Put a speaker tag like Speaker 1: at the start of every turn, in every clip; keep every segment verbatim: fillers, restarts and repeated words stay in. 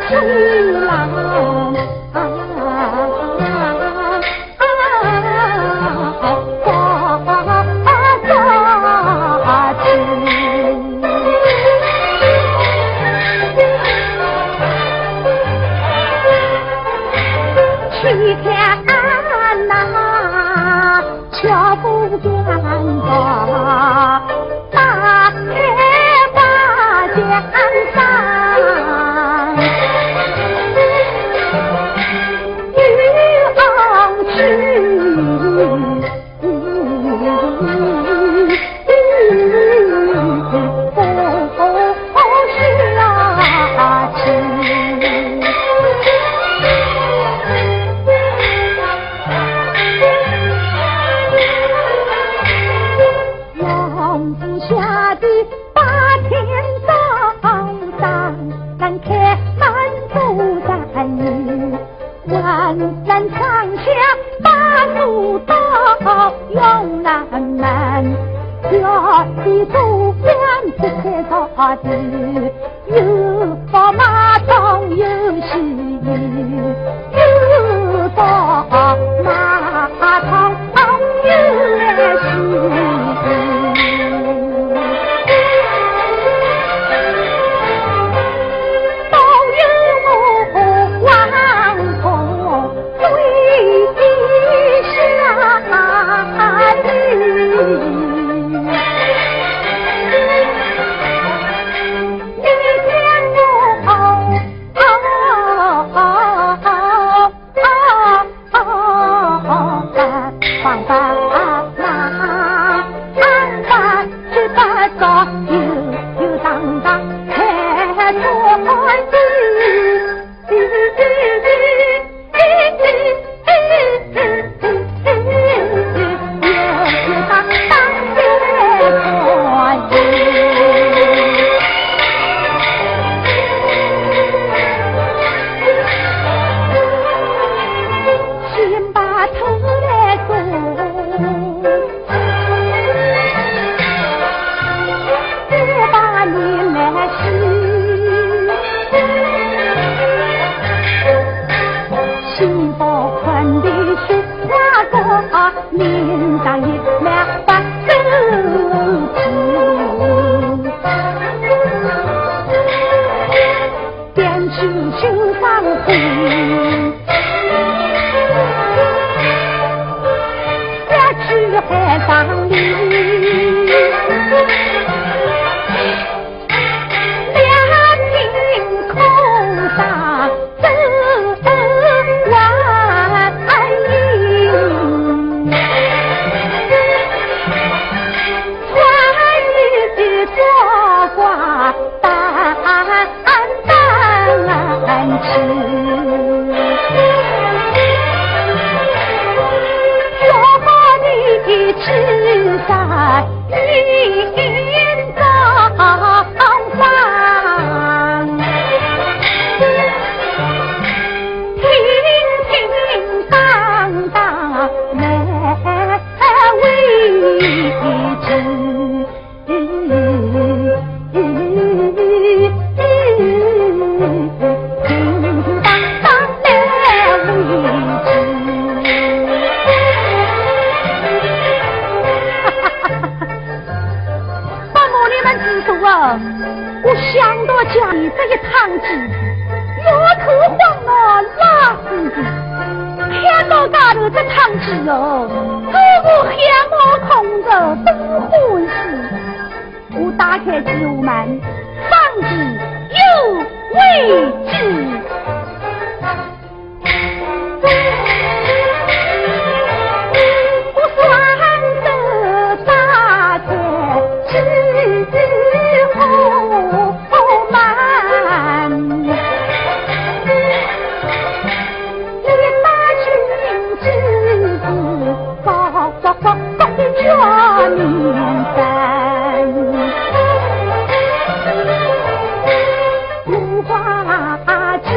Speaker 1: 无花枝。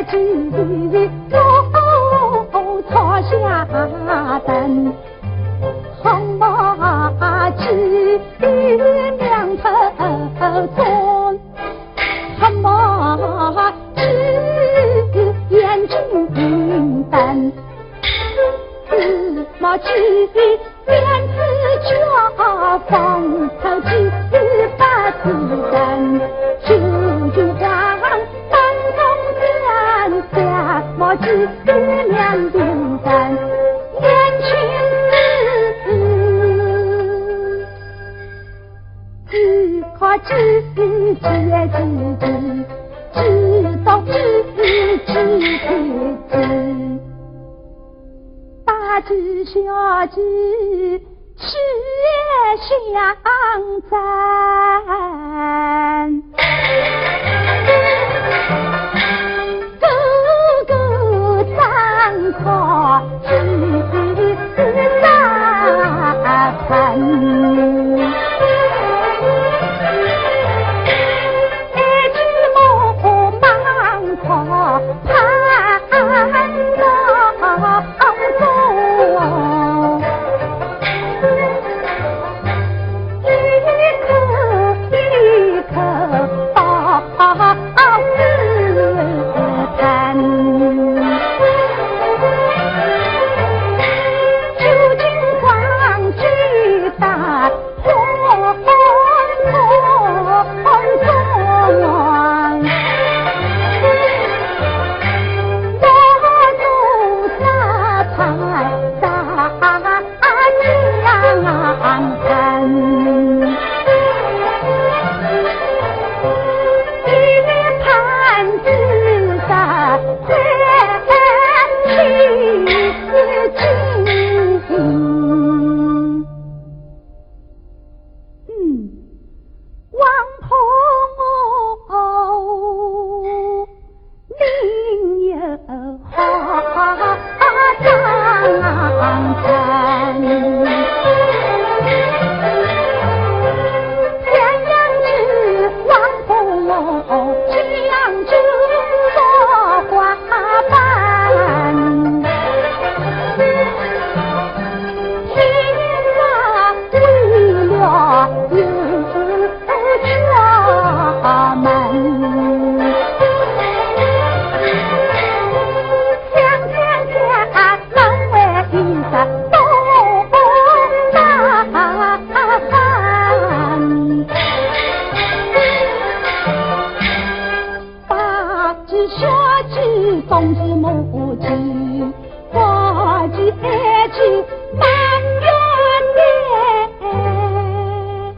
Speaker 1: 只走错下灯，红马骑两头钻，红马骑眼睛瞪，司马骑鞭子脚风头骑把子人，九九黄当中间下马骑两顶山，年轻子只可知知知知知道知知知知，大知小知事业相赞，个个赞夸知赞分。冬至母亲，花季爱情满园年，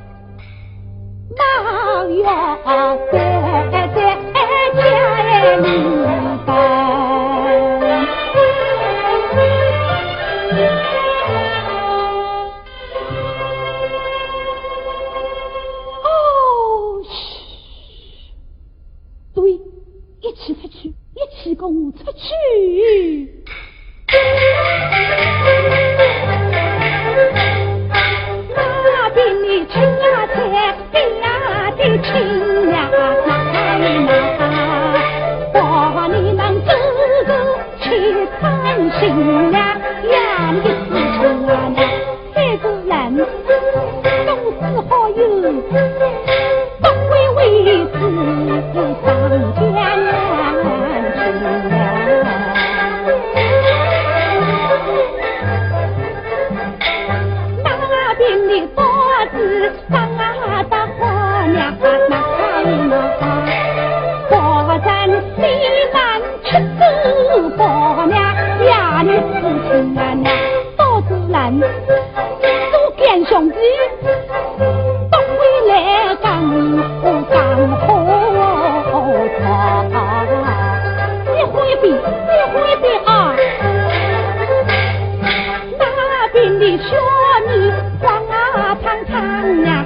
Speaker 1: 满园在在家里边。哦，嘘，对，一起出去。一起跟我出去，那边的青呀菜，边呀的青呀菜，把你能走走去看新呀，呀你是青呀那，这个人总是好友，东为为子上天呀。那边的包子上啊的花娘那那包咱西南吃走包娘呀你事情啊娘包子人都干兄弟东回来刚刚好你会比你会比啊那边的小女黄啊胖胖呀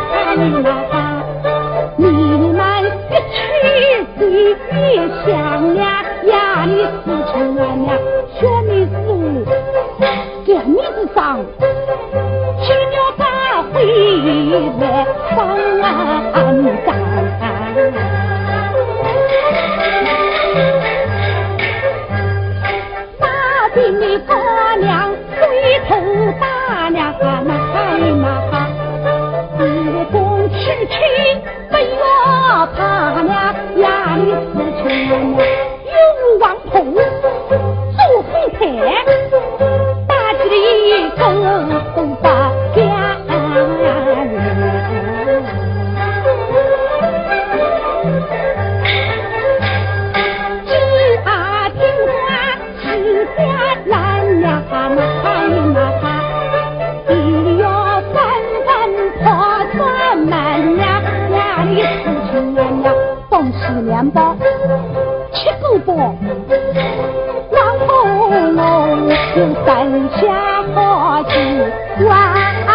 Speaker 1: 你们一去最想呀呀你是成人呀小女子在面子上去了大吃两包，吃够饱，然后我就剩下好几碗。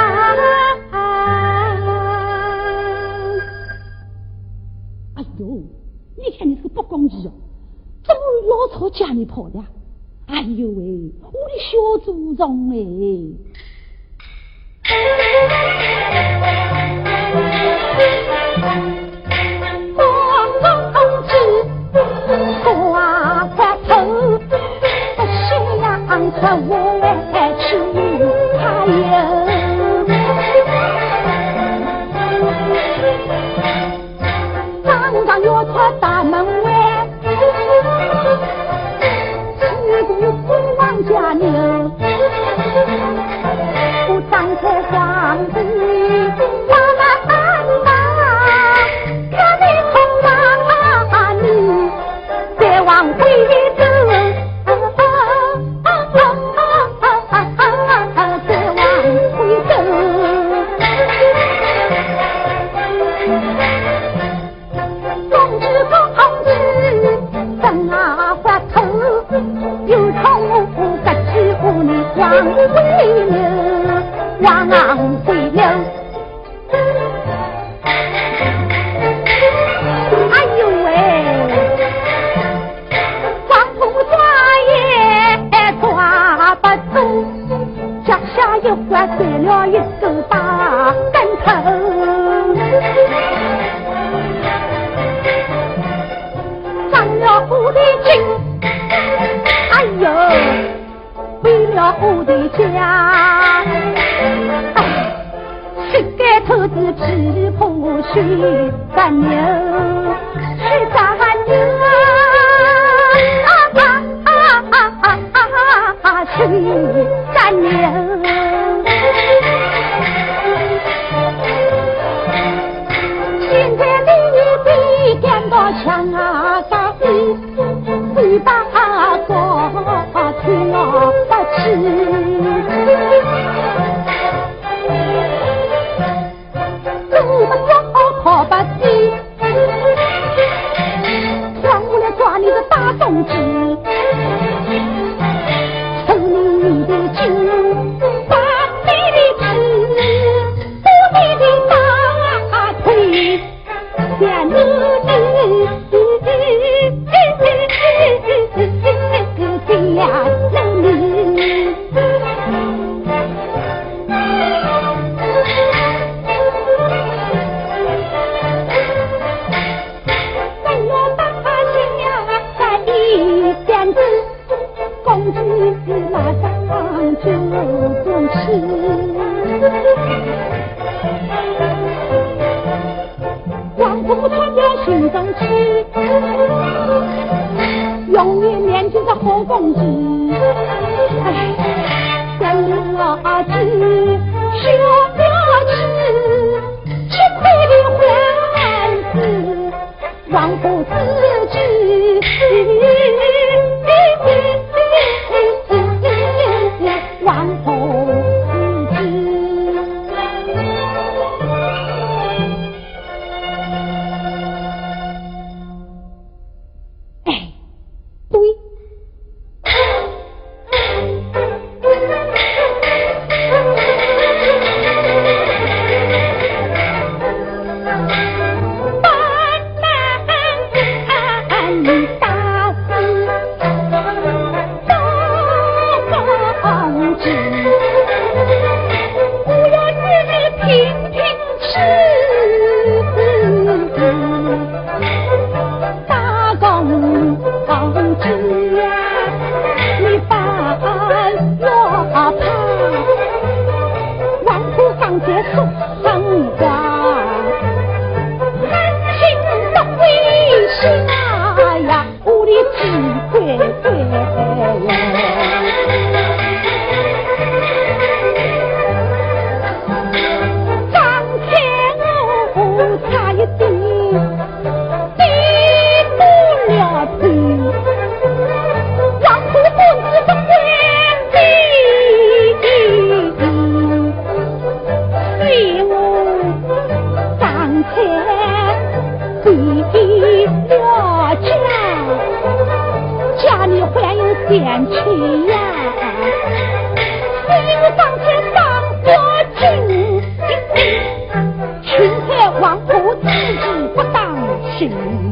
Speaker 1: 哎呦，你看你这个不公义哦，怎么老朝家里跑的？哎呦喂，我的小祖宗哎！我公子挂在头，夕阳出外去还有。刚刚要出大门外，西宫父王家牛，我张开双臂，我们啊，看你从哪里再往回走，再往回走。公子公子等啊发头，又从个几户里往回流，往回流。哎呦喂，王府抓也抓不住，脚下一滑碎了一个大跟头。上了我的筋，哎呦，为了我的家，哎，膝盖头子只怕水干牛，水干牛啊啊啊啊啊啊啊！水干牛。现在你比干到墙啊高，嘴巴高听了不起，路不走跑不低，让我来抓你的大松子，抽你的筋，把你的吃，剥你的大腿，见你呀你。为了大心呀，在一边子，公子马上就不吃。王公穿着心中气，永远年轻的好公子。哎，跟了子学了吃，吃亏的还是王府自己。王府自己。哎，对。 前去呀，心上天上我情，青菜王婆自己不当心。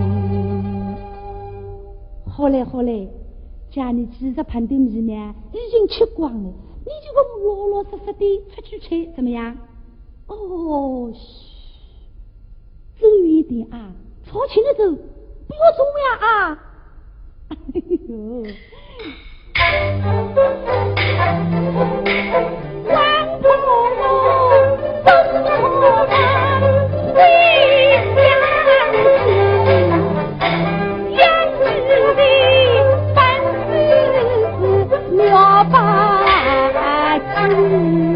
Speaker 1: 好嘞好嘞，家里几只盘的米面已经吃光了，你就给我老老实实的出去吃，怎么样？哦，嘘，走远一点啊，朝前的走，不要冲呀啊！哎呦，王婆东坡回乡去，养子的本事妙把子。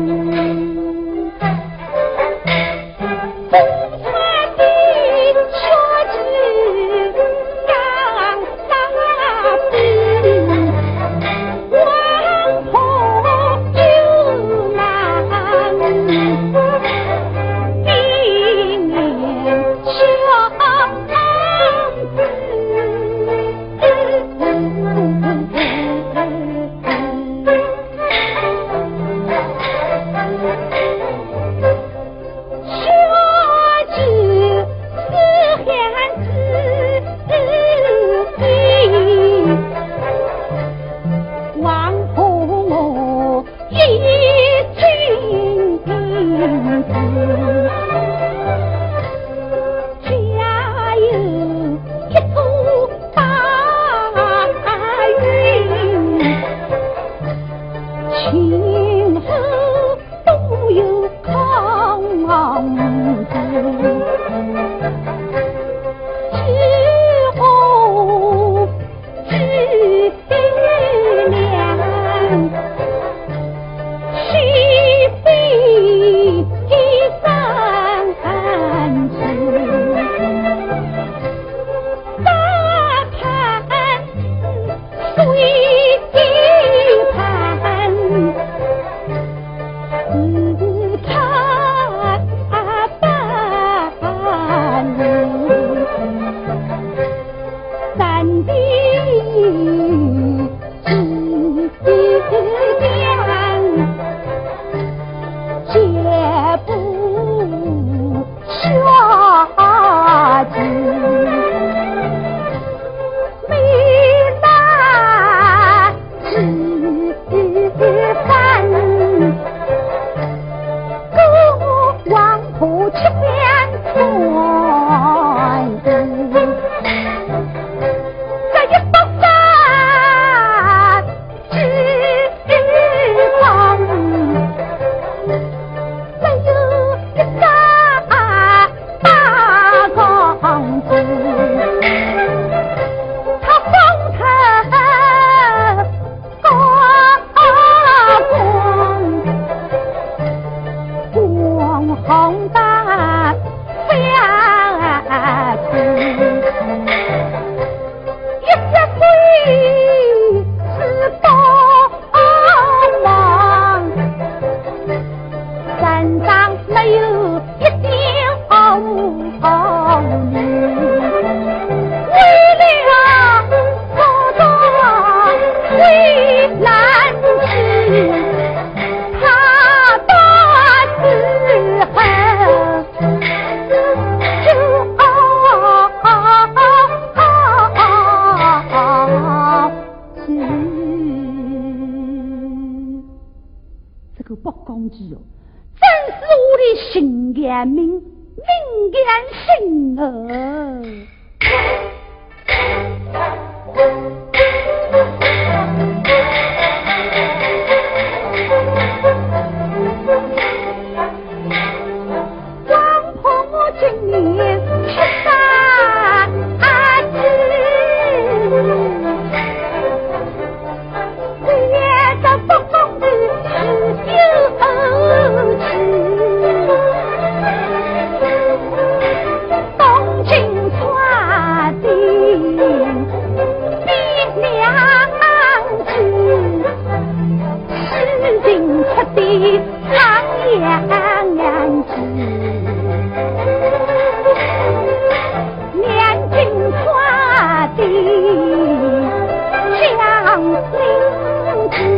Speaker 1: 东京川的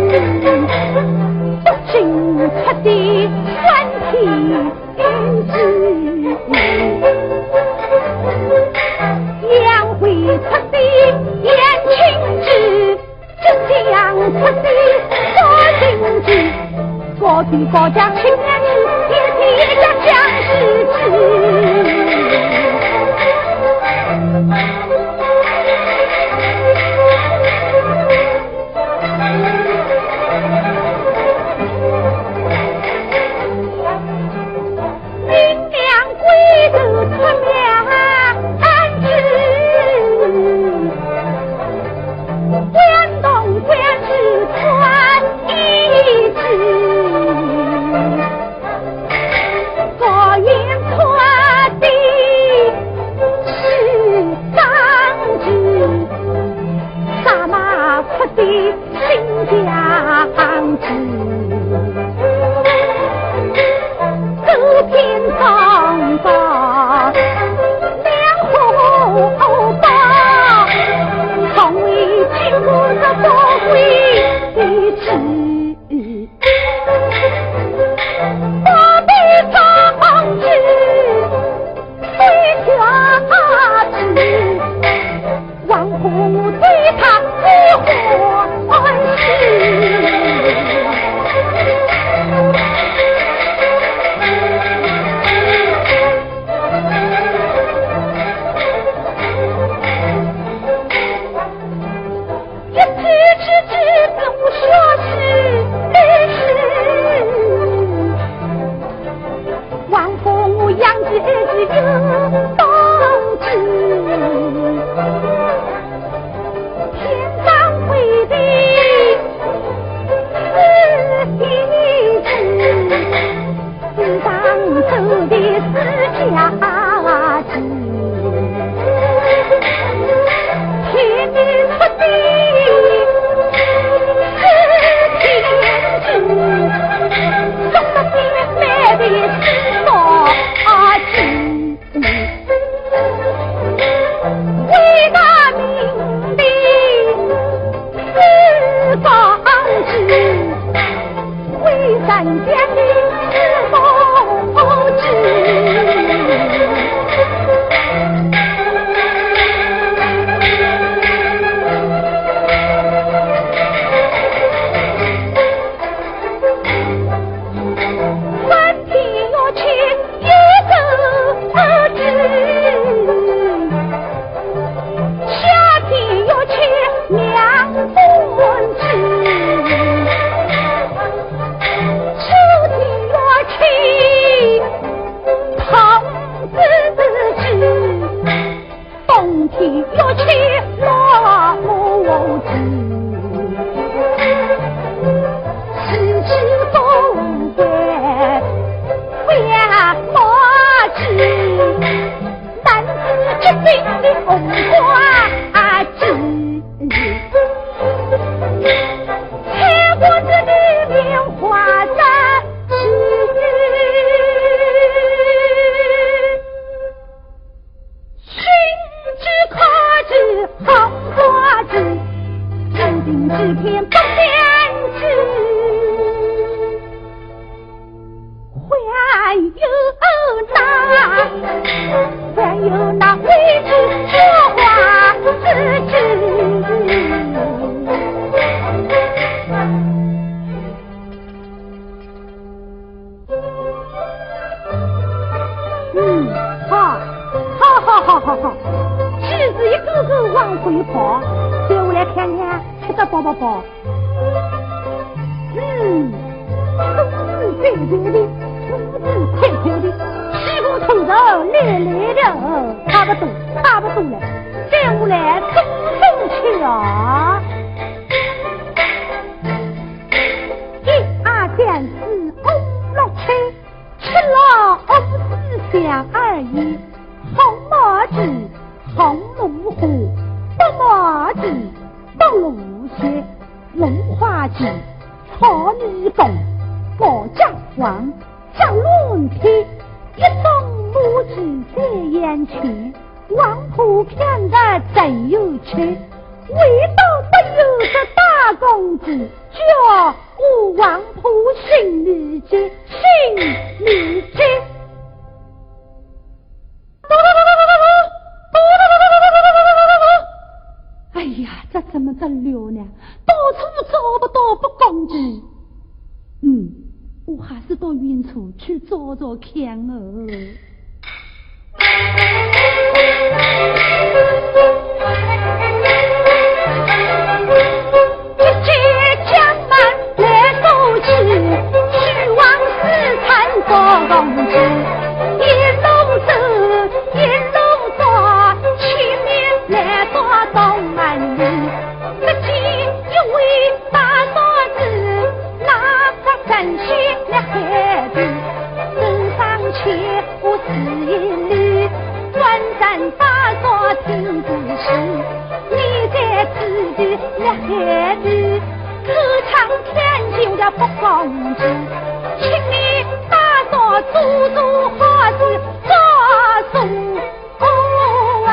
Speaker 1: 不经出的身体质，杨辉出的言情质，浙江出的多情质，各地各家青年志，也是一家将士志。
Speaker 2: 真有趣，唯独没有这大公子，居
Speaker 1: 哟，我王婆心里急，心里急。哎呀，这怎么得了呢？到处找不到不公鸡。嗯，我还是到远处去找找看哦。直接江南来收起，去往四川做公鸡，一路走，一路走，前面来到东安里，只见一位大嫂子拿着针线来海边，手上牵我是一缕，转战大嫂听仔细，你在此地来海边，口唱天酒的不公鸡，请你大嫂做做好事，做送我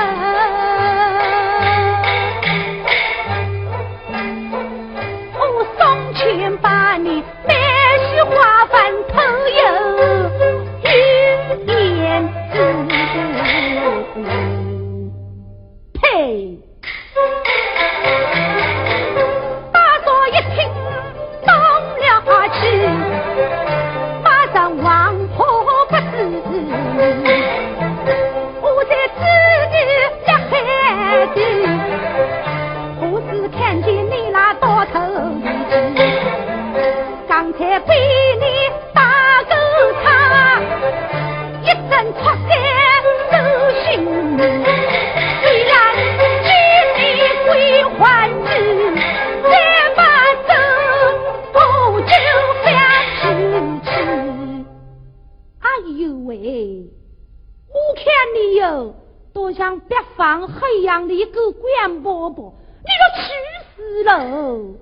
Speaker 1: 我送钱把你买些花瓣头油一言之呸！大嫂一听动了气，马上王婆不知，我在此地来海地，我只看见你那多头的，刚才被你打个叉，一阵戳在手心里，虽然见你归还之，再把走不就想起去。哎呦喂，我看你哟，多像北方黑洋的一个官伯伯，你都去死了！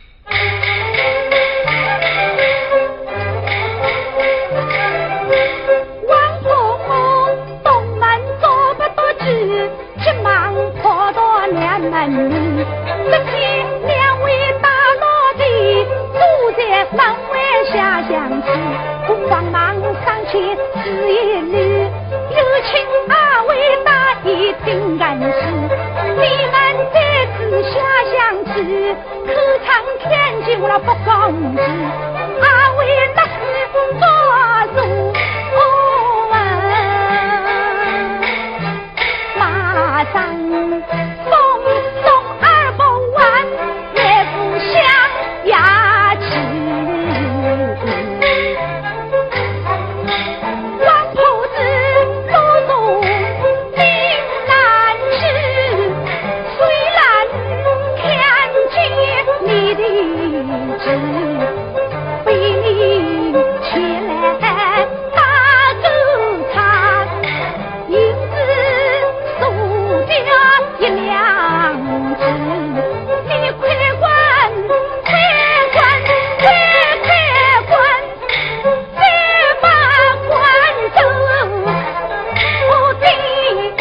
Speaker 1: 王婆婆东门走不多久，急忙跑到两门里，只见两位大老弟坐在门外下象棋，我慌忙上前指一捋，有请二位大爷听干事，你们在此下象棋，口唱天酒了不公鸡，二位那是做主哦啊，马上送送二百万也不想牙齿，王婆子路中定难吃，虽然看见你的旨，被你前来打个叉，银子输掉一两只，你快管快管快快管，再把管走，我定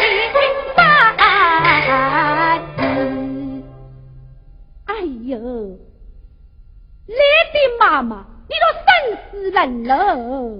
Speaker 1: 办你。哎呦，你的妈妈，你都生死人了！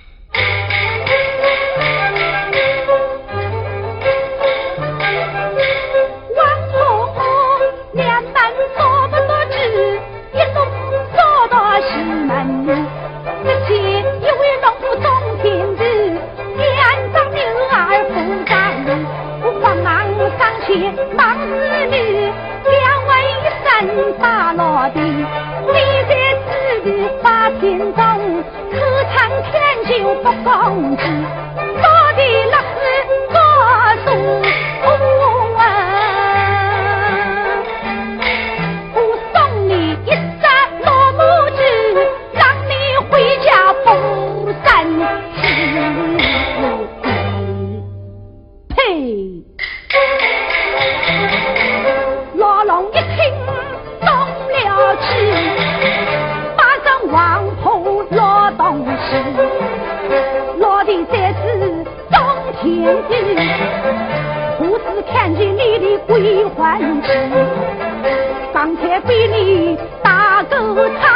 Speaker 1: 王婆婆两门走不多久，一路走到西门里，只见一位农夫种田地，两张牛儿扶上路，我慌忙上前忙儿女，两位一声大老弟，你在此地把田种，口唱天酒不公鸡，到底那是做主哦啊！我送你一只老母鸡，让你回家不三吃。呸！老龙一听动了气，马上王婆老东西，老弟在此种田地，我只看见你的归还期，刚才被你打个叉。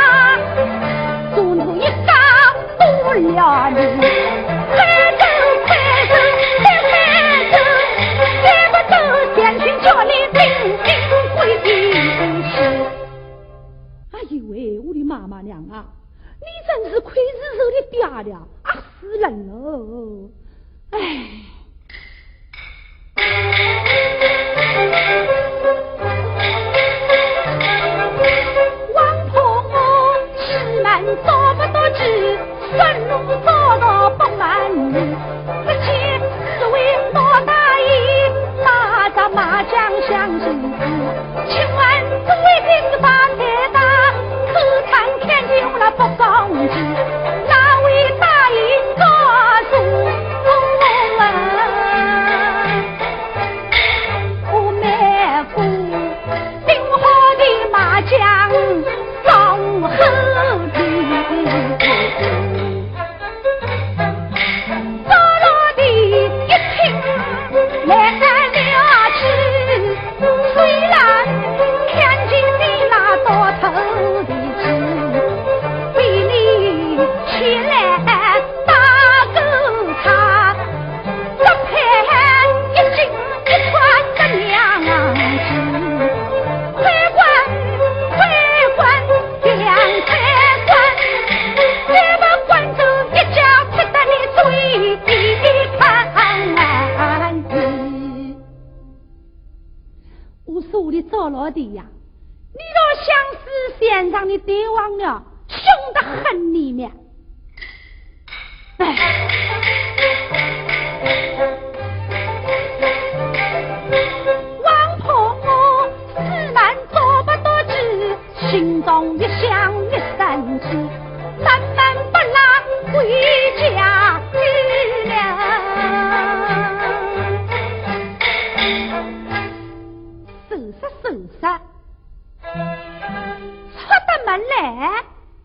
Speaker 1: 妈妈娘啊，你真是刽子手的爹爹，啊死人了！哎。王婆是满做不多知，顺路做到不满意，自己是为罗大爷打着麻将想心思，请问诸位兵是发财大，可叹天地有了不公之，哪位大爷告诉我我妹夫顶好的麻将送后地，走落的一听来了去，虽然看见你那多头的子，为你起来打个叉，这盘一斤一串的娘子，快滚快滚两快滚，这么滚走一脚踢得你嘴里盘子。我说我的赵老弟呀，你若相思线上的帝王了，凶得很里面。哎，王婆四满做不多知，心中越想越生气，慢慢不拉回家去了。收拾收拾，出得门来，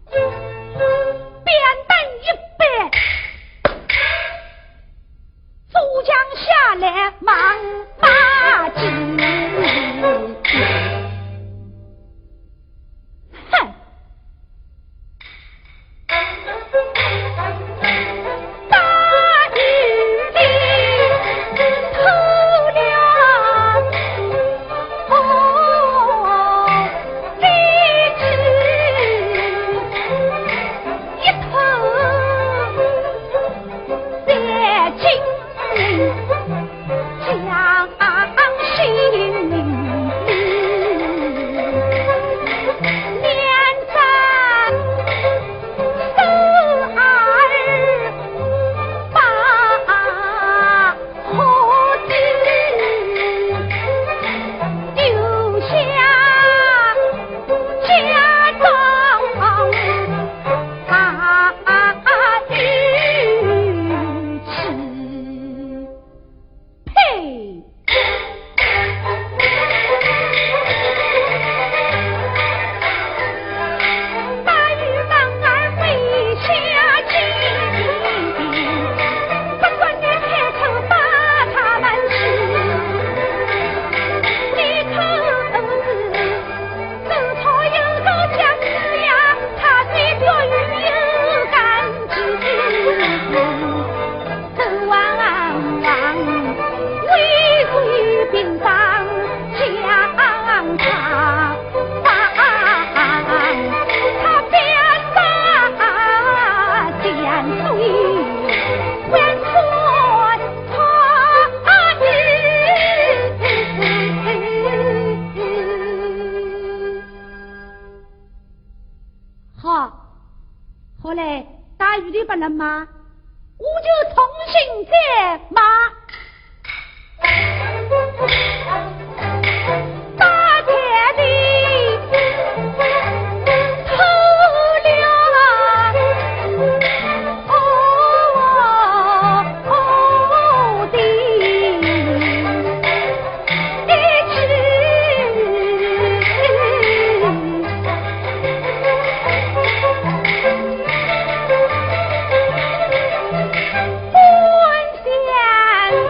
Speaker 1: 便灯一摆，珠江下来忙把子，哼！大雨里偷了哦荔枝，一头在金陵将心里念着手儿把火子丢下家中啊鱼吃，呸！大鱼忙儿回下井，不准你开口把他们吃。你可是走错有个江子呀，他对钓鱼有感知。走汪汪，微微边上将他，他别杀见水，问错他日。好，后来大雨的不能骂，我就重新再骂。大铁的偷了哦哦的一只。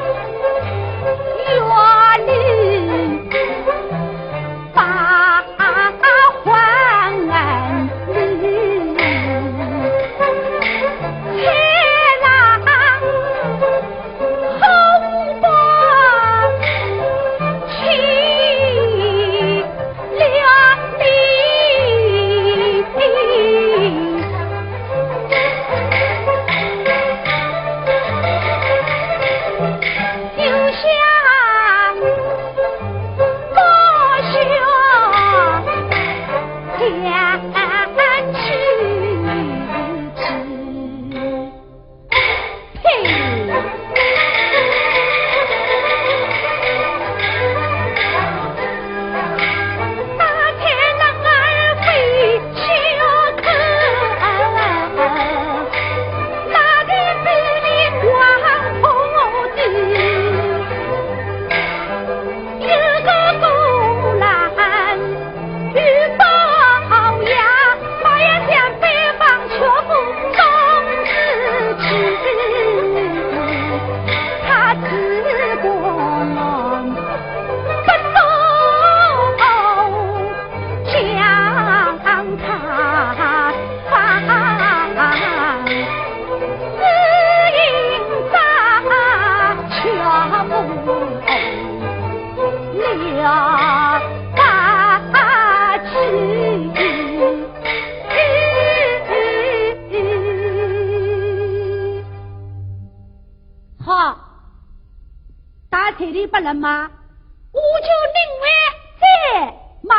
Speaker 1: 了吗？我就宁愿再骂。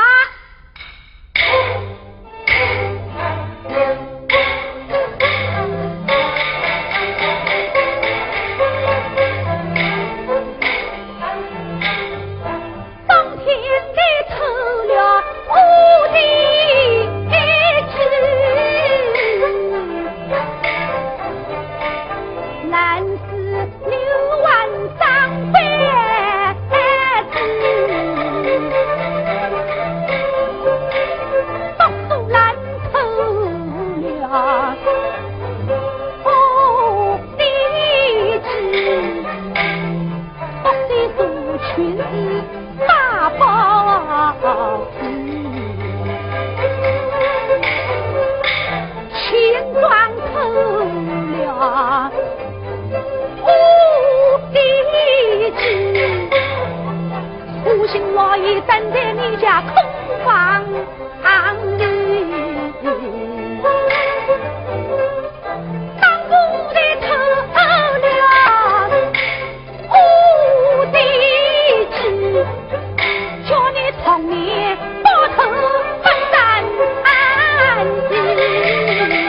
Speaker 1: 当天的偷了我的子，难是六万张白纸，到处难偷了我的子，我的族群大宝子，钱庄偷了我的子，苦心老爷等在你家空房里，当我的偷了我的子，叫你童年报仇不三子。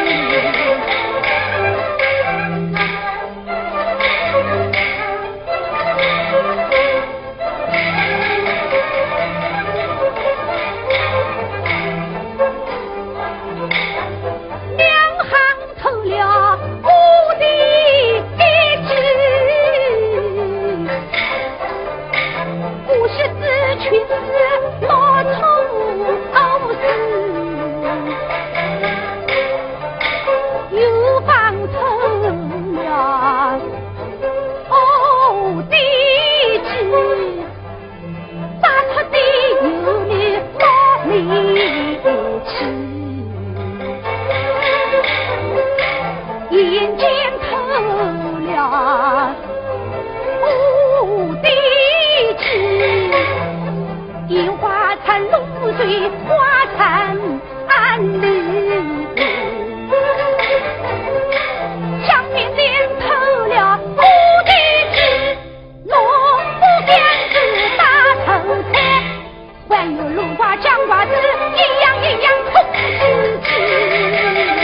Speaker 1: 眼睛偷了我的子，烟花残露水花残里，上面脸偷了我的子，萝卜干子大头菜，还有芦瓜酱瓜子一样一样空吃吃。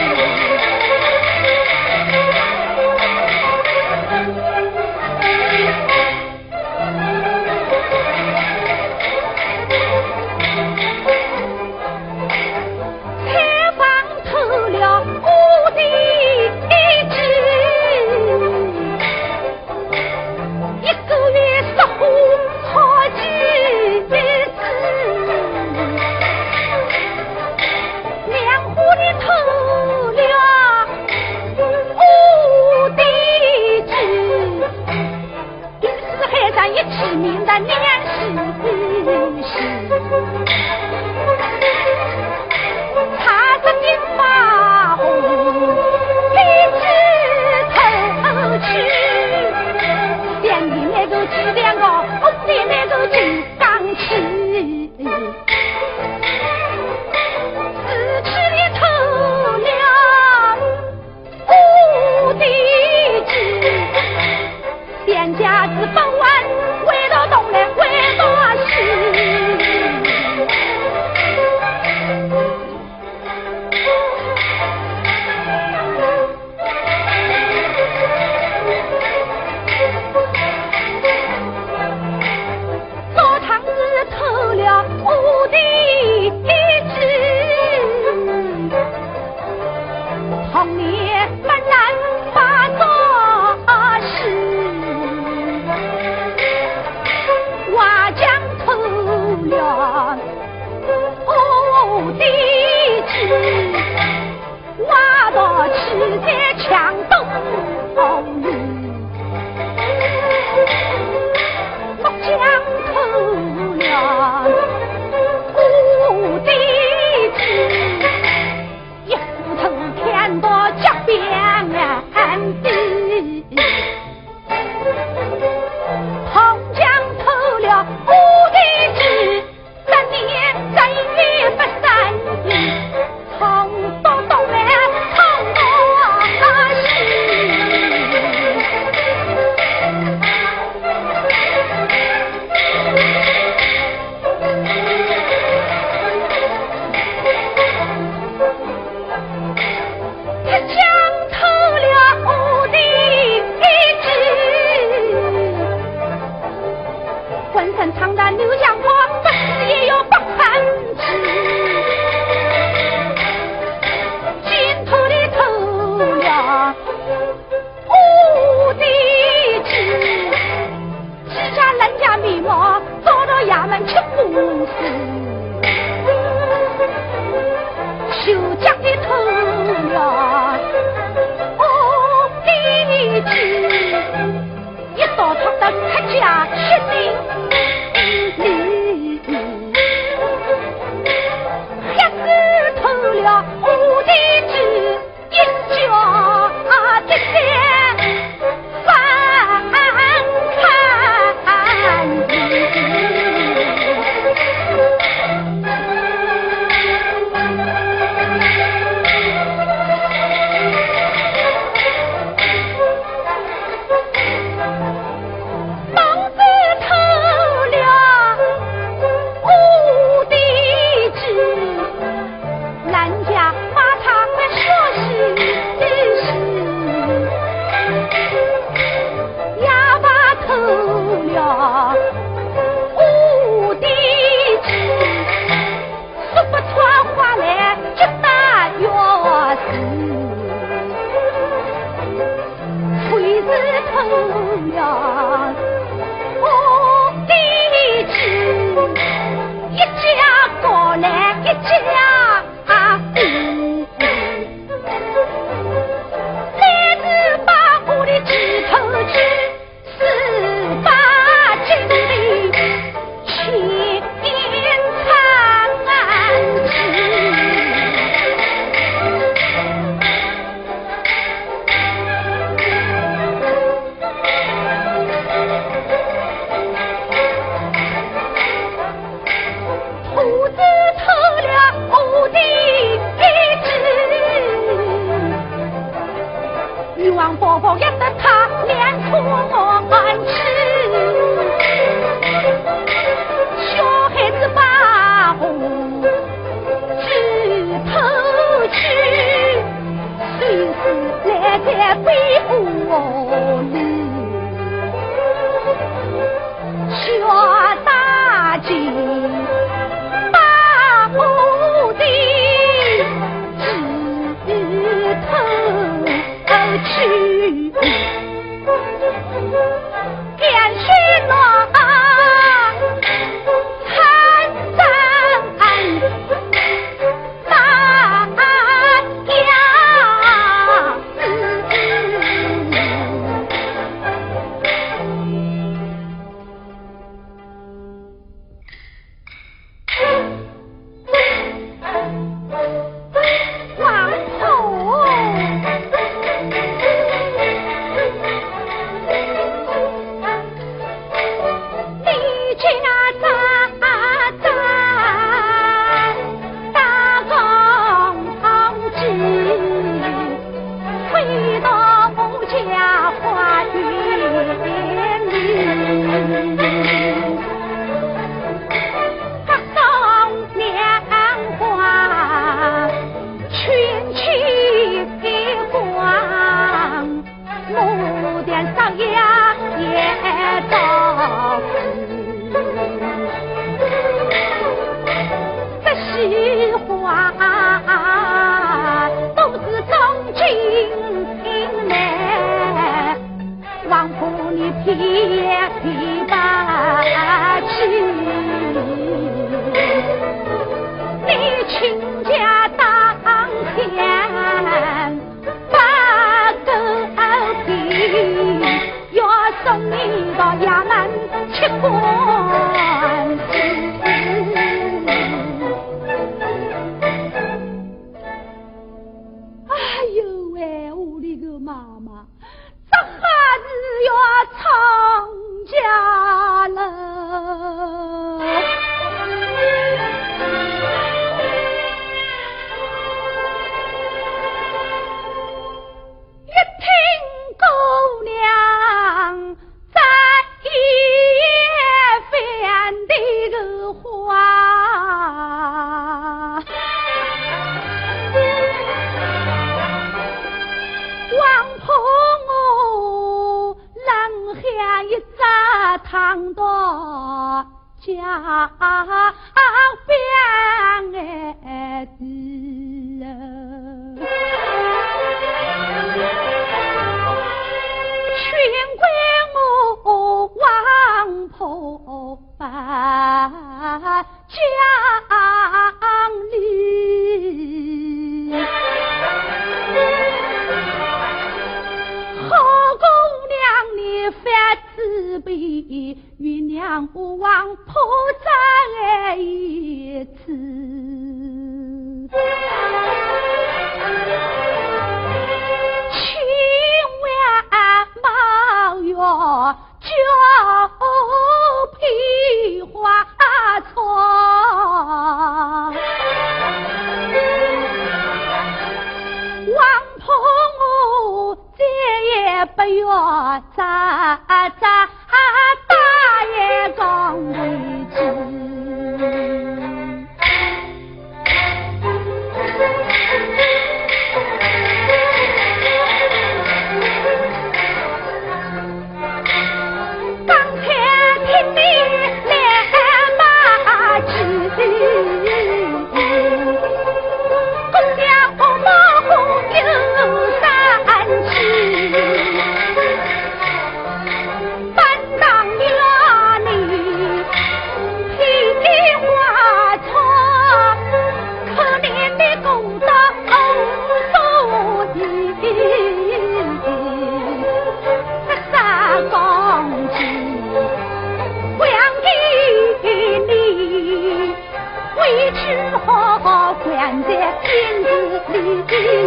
Speaker 1: 好关在院子里，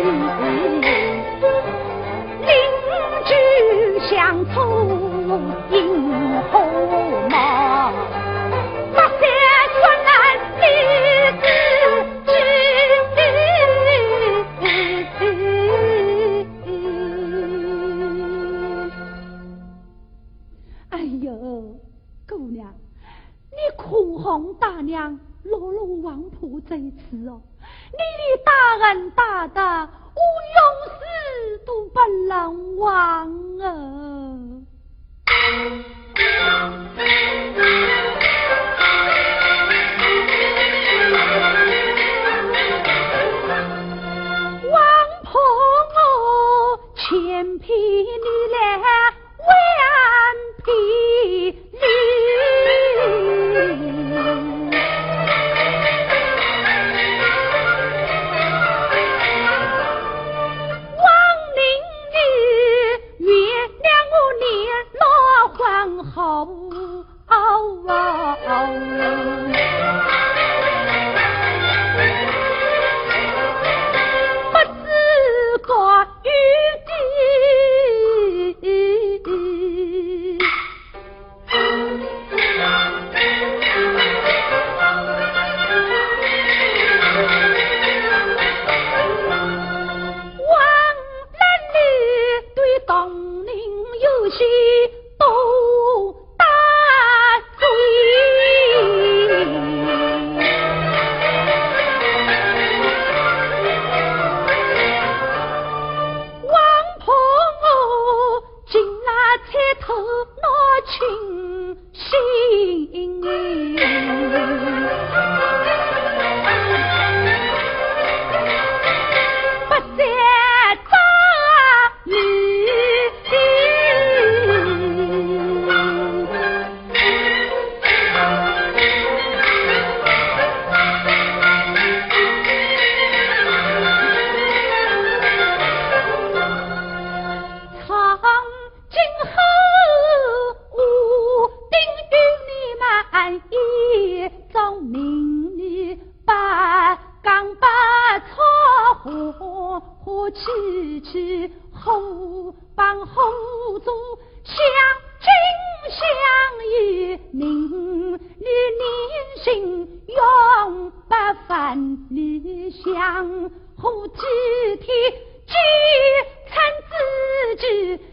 Speaker 1: 邻居相处迎后忙，不再说男女之哎呦，姑娘，你恐慌大娘落入王婆这一次哦，你的大恩大德，我永世都不能忘啊！王婆我千匹你来万匹驴。好哦哦，不知过雨地，王男女对当年有些都大罪，王婆我今那才头脑清醒，不再渣女。起起后帮后做相亲相依，宁与年心永不分离，相互体贴，聚成知己。